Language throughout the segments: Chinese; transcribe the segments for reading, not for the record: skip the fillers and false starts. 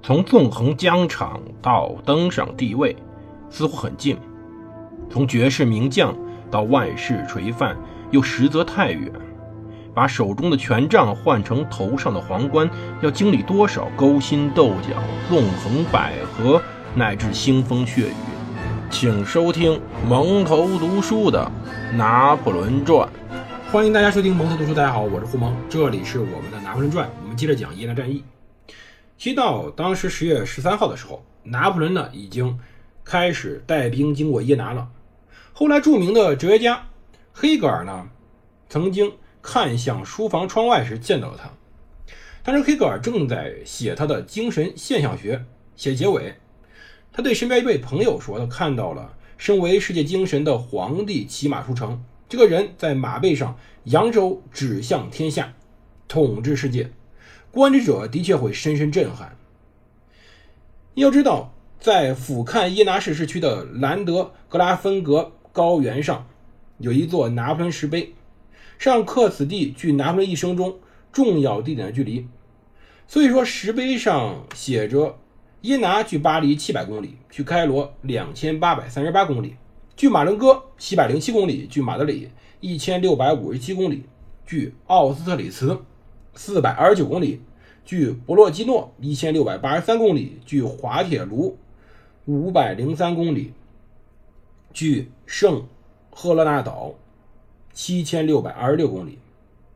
从纵横疆场到登上帝位，似乎很近；从绝世名将到万世垂范，又实则太远。把手中的权杖换成头上的皇冠，要经历多少勾心斗角、纵横捭阖，乃至腥风血雨。请收听蒙头读书的《拿破仑传》。 欢迎大家收听蒙头读书，大家好，我是胡蒙，这里是我们的《拿破仑传》，我们接着讲耶拿战役。其实到当时10月13号的时候，拿破仑呢已经开始带兵经过耶拿了。后来著名的哲学家黑格尔呢，曾经看向书房窗外时见到了他。当时黑格尔正在写他的精神现象学，写结尾，他对身边一位朋友说，他看到了身为世界精神的皇帝骑马出城，这个人在马背上扬手指向天下，统治世界，观之者的确会深深震撼。要知道，在俯瞰耶拿市市区的兰德格拉芬格高原上，有一座拿破仑石碑，上刻此地距拿破仑一生中重要地点的距离。所以说石碑上写着耶拿距巴黎700公里，距开罗2838公里，距马伦哥707公里，距马德里1657公里，距奥斯特里茨429公里，距博洛基诺1683公里，距滑铁卢503公里，距圣赫勒纳岛7626公里。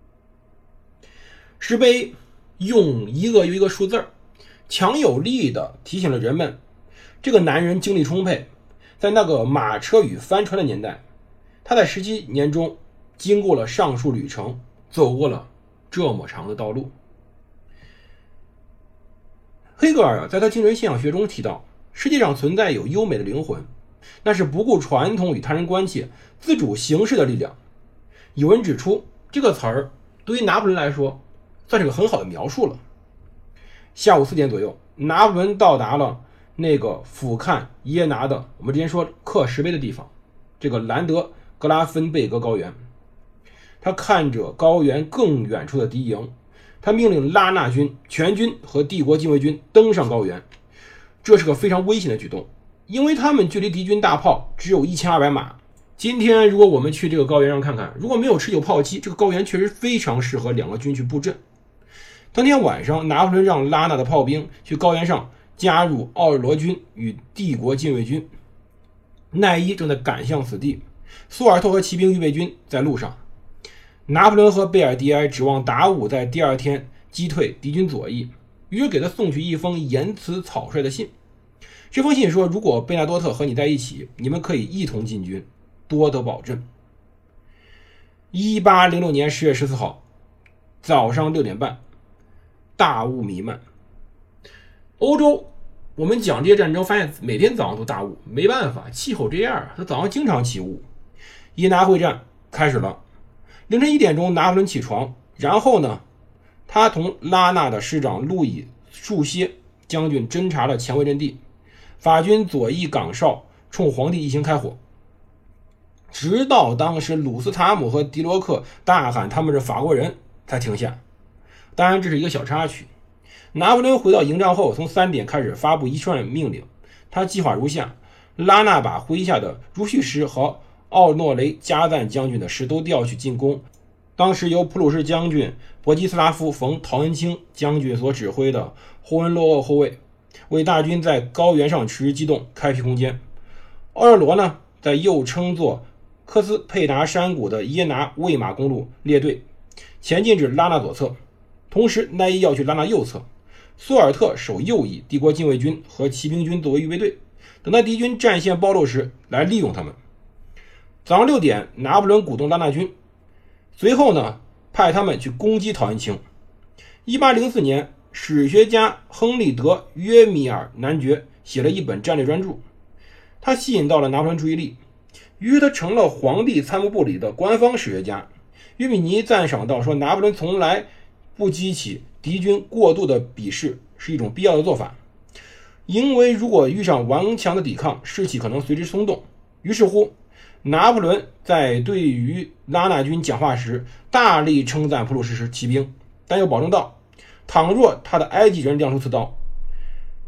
石碑用一个又一个数字强有力地提醒了人们，这个男人精力充沛，在那个马车与帆船的年代，他在17年中经过了上述旅程，走过了这么长的道路。黑格尔在他精神现象学中提到，世界上存在有优美的灵魂，那是不顾传统与他人关切，自主行事的力量。有人指出，这个词儿对于拿破仑来说算是个很好的描述了。下午4点左右，拿破仑到达了那个俯瞰耶拿的我们之前说刻石碑的地方，这个兰德格拉芬贝格高原。他看着高原更远处的敌营，他命令拉纳军全军和帝国禁卫军登上高原。这是个非常危险的举动，因为他们距离敌军大炮只有1200码。今天如果我们去这个高原上看看，如果没有持久炮击，这个高原确实非常适合两个军去布阵。当天晚上，拿破仑让拉纳的炮兵去高原上加入奥尔罗军与帝国禁卫军。奈伊正在赶向此地，苏尔特和骑兵预备军在路上。拿破仑和贝尔迪埃指望达武在第二天击退敌军左翼，于是给他送去一封言辞草率的信。这封信说，如果贝纳多特和你在一起，你们可以一同进军，多得保证。1806年10月14号早上6点半，大雾弥漫。欧洲我们讲这些战争发现每天早上都大雾，没办法，气候这样，它早上经常起雾。耶拿会战开始了。凌晨1点钟，拿破仑起床，然后呢，他同拉纳的师长路易树歇将军侦察了前卫阵地。法军左翼岗哨冲皇帝一行开火，直到当时鲁斯塔姆和迪罗克大喊他们是法国人才停下。当然这是一个小插曲。拿破仑回到营帐后，从3点开始发布一串命令，他计划如下：拉纳把麾下的如叙什和奥诺雷加赞将军的师都调去进攻。当时由普鲁士将军博基斯拉夫·冯·陶恩清将军所指挥的霍恩洛厄后卫，为大军在高原上持续机动开辟空间。奥尔罗呢，在又称作科斯佩达山谷的耶拿魏马公路列队前进至拉纳左侧，同时奈伊要去拉纳右侧。苏尔特守右翼，帝国禁卫军和骑兵军作为预备队，等待敌军战线暴露时来利用他们。早上6点，拿破仑鼓动拉纳军，随后呢，派他们去攻击陶恩清。1804年，史学家亨利德约米尔男爵写了一本战略专著，他吸引到了拿破仑注意力，于是他成了皇帝参谋部里的官方史学家。约米尼赞赏到说，拿破仑从来不激起敌军过度的鄙视，是一种必要的做法，因为如果遇上顽强的抵抗，士气可能随之松动。于是乎，拿破仑在对于拉纳军讲话时大力称赞普鲁士骑兵，但又保证道，倘若他的埃及人亮出刺刀，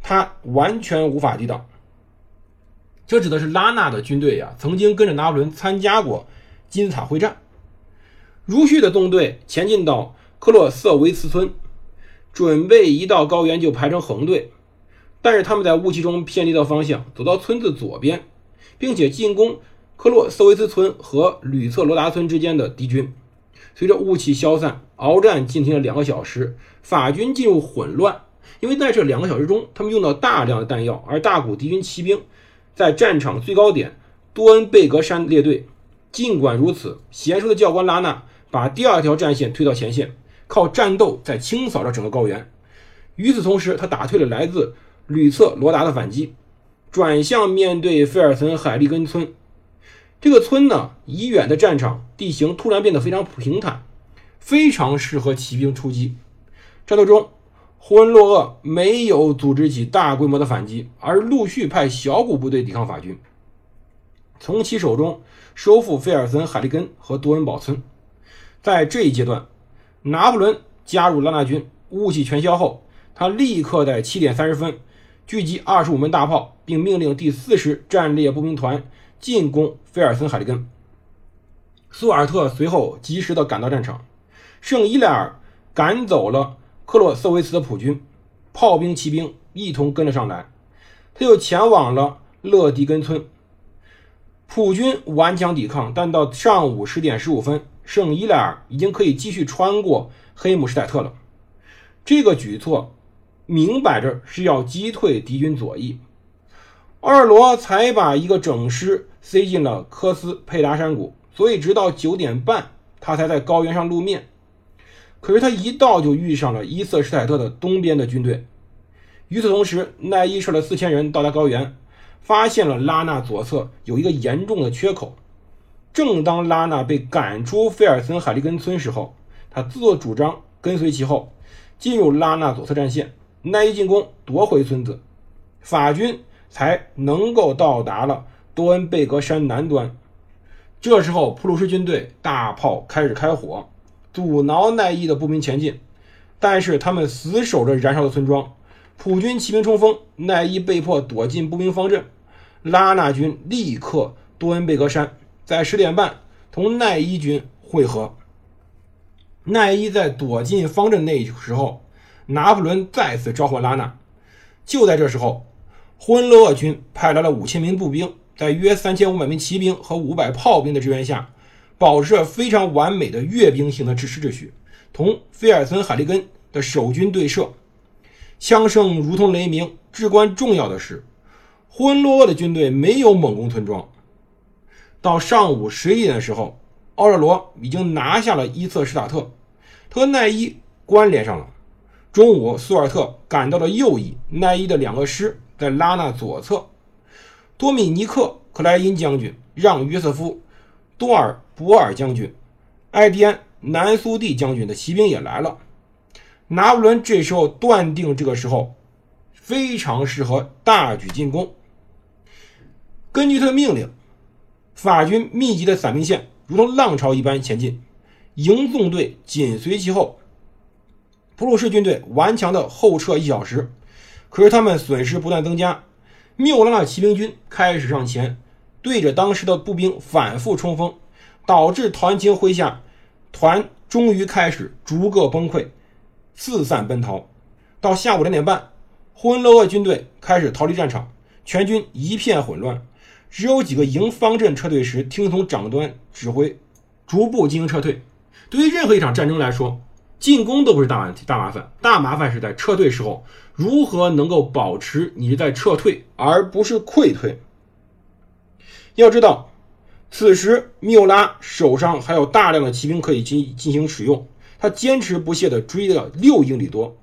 他完全无法抵挡。这指的是拉纳的军队曾经跟着拿破仑参加过金字塔会战。如序的纵队前进到克洛瑟维茨村，准备一到高原就排成横队，但是他们在雾气中偏离了方向，走到村子左边，并且进攻克洛瑟维茨村和吕策罗达村之间的敌军。随着雾气消散，鏖战进行了2个小时，法军进入混乱，因为在这2个小时中，他们用到大量的弹药，而大股敌军骑兵在战场最高点多恩贝格山列队。尽管如此，娴熟的教官拉纳把第2条战线推到前线，靠战斗在清扫着整个高原。与此同时，他打退了来自吕策罗达的反击，转向面对菲尔森海利根村。这个村呢，以远的战场地形突然变得非常平坦，非常适合骑兵出击。战斗中，胡恩洛厄没有组织起大规模的反击，而陆续派小股部队抵抗法军，从其手中收复菲尔森海利根和多恩堡村。在这一阶段，拿破仑加入拉纳军，雾气全消后，他立刻在7点30分聚集25门大炮，并命令第40战列步兵团进攻菲尔森海利根。苏尔特随后及时的赶到战场，圣伊莱尔赶走了克洛瑟维茨的普军，炮兵骑兵一同跟了上来，他又前往了勒迪根村。普军顽强抵抗，但到上午10点15分，圣伊莱尔已经可以继续穿过黑姆施泰特了。这个举措明摆着是要击退敌军左翼。奥尔罗才把一个整师塞进了科斯佩达山谷，所以直到9点半他才在高原上露面。可是他一到就遇上了伊瑟施泰特的东边的军队。与此同时，奈伊率了4000人到达高原，发现了拉纳左侧有一个严重的缺口。正当拉纳被赶出菲尔森海利根村时候，他自作主张跟随其后，进入拉纳左侧战线。奈伊进攻夺回村子，法军才能够到达了多恩贝格山南端。这时候普鲁士军队大炮开始开火，阻挠奈伊的步兵前进，但是他们死守着燃烧的村庄，普军骑兵冲锋，奈伊被迫躲进步兵方阵。拉纳军立刻多恩贝格山，在10点半同奈伊军会合。奈伊在躲进方阵那时候，拿破仑再次召唤拉纳。就在这时候，胡恩洛厄军派来了5000名步兵，在约3500名骑兵和500炮兵的支援下，保持着非常完美的阅兵型的制式秩序，同菲尔森海利根的守军对射。枪声如同雷鸣，至关重要的是，胡恩洛厄的军队没有猛攻村庄。到上午11点的时候，奥热罗已经拿下了伊瑟施塔特，他和奈伊关联上了。中午，苏尔特赶到了右翼，奈伊的2个师在拉纳左侧。多米尼克·克莱因将军、让·约瑟夫·多尔博尔将军、艾迪安·南苏蒂将军的骑兵也来了。拿破仑这时候断定，这个时候非常适合大举进攻。根据他的命令，法军密集的散兵线如同浪潮一般前进，营纵队紧随其后。普鲁士军队顽强的后撤1小时，可是他们损失不断增加。缪拉的骑兵军开始上前，对着当时的步兵反复冲锋，导致团情麾下，团终于开始逐个崩溃，四散奔逃。到下午2点半，胡恩洛厄军队开始逃离战场，全军一片混乱，只有几个营方阵撤退时听从长官指挥，逐步进行撤退。对于任何一场战争来说，进攻都不是大问题、大麻烦，大麻烦是在撤退时候如何能够保持你在撤退而不是溃退。要知道，此时缪拉手上还有大量的骑兵可以进行使用，他坚持不懈地追了6英里多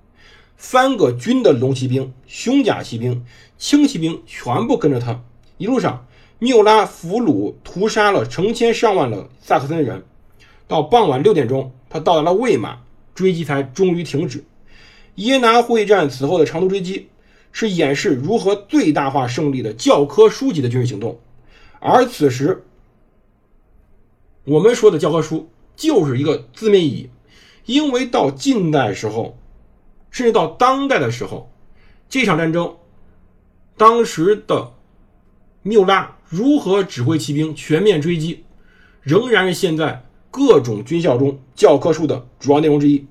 ，3个军的龙骑兵、胸甲骑兵、轻骑兵全部跟着他。一路上，缪拉俘虏屠杀了成千上万的萨克森人。到傍晚6点钟，他到达了魏玛，追击才终于停止。耶拿会战此后的长途追击是演示如何最大化胜利的教科书级的军事行动，而此时我们说的教科书就是一个字面意义，因为到近代时候，甚至到当代的时候，这场战争当时的缪拉如何指挥骑兵全面追击，仍然是现在各种军校中教科书的主要内容之一。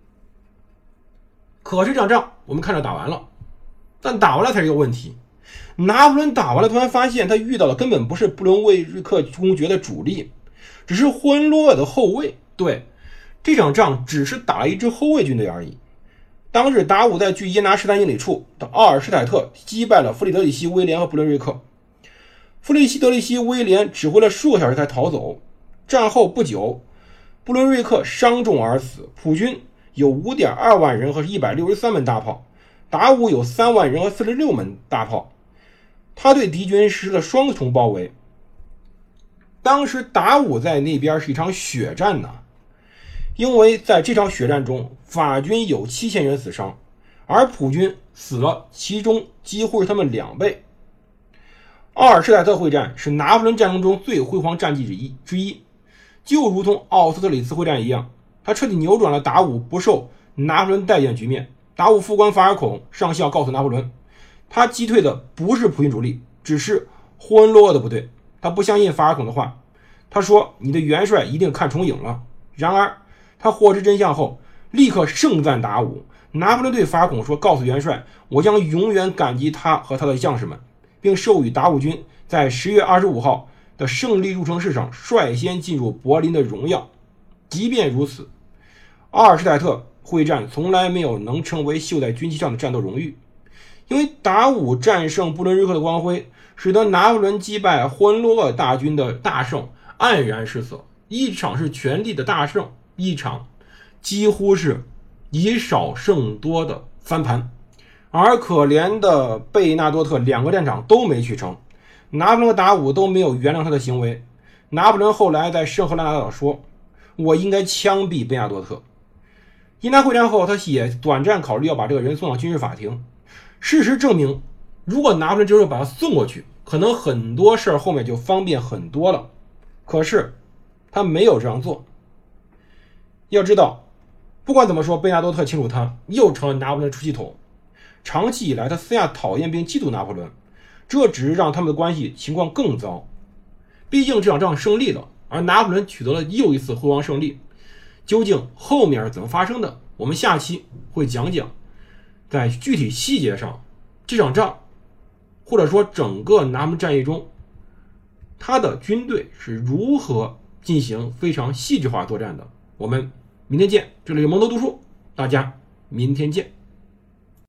可是这场仗我们看着打完了，但打完了才是一个问题。拿破仑打完了，突然发现他遇到的根本不是布伦威瑞克公爵的主力，只是霍恩罗尔的后卫。对，这场仗只是打了一支后卫军队而已。当日达武在距耶拿13英里处的奥尔施泰特击败了弗里德里希·威廉和布伦瑞克。弗里德里希·威廉指挥了数个小时才逃走。战后不久，布伦瑞克伤重而死。普军有 5.2 万人和163门大炮，达武有3万人和46门大炮。他对敌军实施了双重包围。当时达武在那边是一场血战呢，因为在这场血战中，法军有7000人死伤，而普军死了，其中几乎是他们2倍。奥尔施泰特会战是拿破仑战争中最辉煌战绩之一，就如同奥斯特里茨会战一样，他彻底扭转了达武不受拿破仑待见局面。达武副官法尔孔上校告诉拿破仑，他击退的不是普军主力，只是霍恩罗厄的部队。他不相信法尔孔的话，他说你的元帅一定看重影了。然而他获知真相后，立刻盛赞达武。拿破仑对法尔孔说，告诉元帅，我将永远感激他和他的将士们，并授予达武军在10月25号的胜利入城式上率先进入柏林的荣耀。即便如此，奥尔施泰特会战从来没有能成为绣在军旗上的战斗荣誉，因为达武战胜布伦瑞克的光辉，使得拿破仑击败霍恩罗厄大军的大胜黯然失色。一场是全力的大胜，一场几乎是以少胜多的翻盘。而可怜的贝纳多特2个战场都没取成，拿破仑和达武都没有原谅他的行为。拿破仑后来在圣赫勒拿岛说，我应该枪毙贝纳多特。伊南会战后，他也短暂考虑要把这个人送到军事法庭。事实证明，如果拿破仑这时候把他送过去，可能很多事儿后面就方便很多了。可是他没有这样做。要知道，不管怎么说，贝纳多特清楚他又成了拿破仑出气筒。长期以来，他私下讨厌并嫉妒拿破仑，这只是让他们的关系情况更糟。毕竟这场仗胜利了，而拿破仑取得了又一次辉煌胜利。究竟后面是怎么发生的，我们下期会讲讲，在具体细节上，这场仗或者说整个拿破仑战役中，他的军队是如何进行非常细致化作战的。我们明天见，这里是蒙头读书，大家明天见。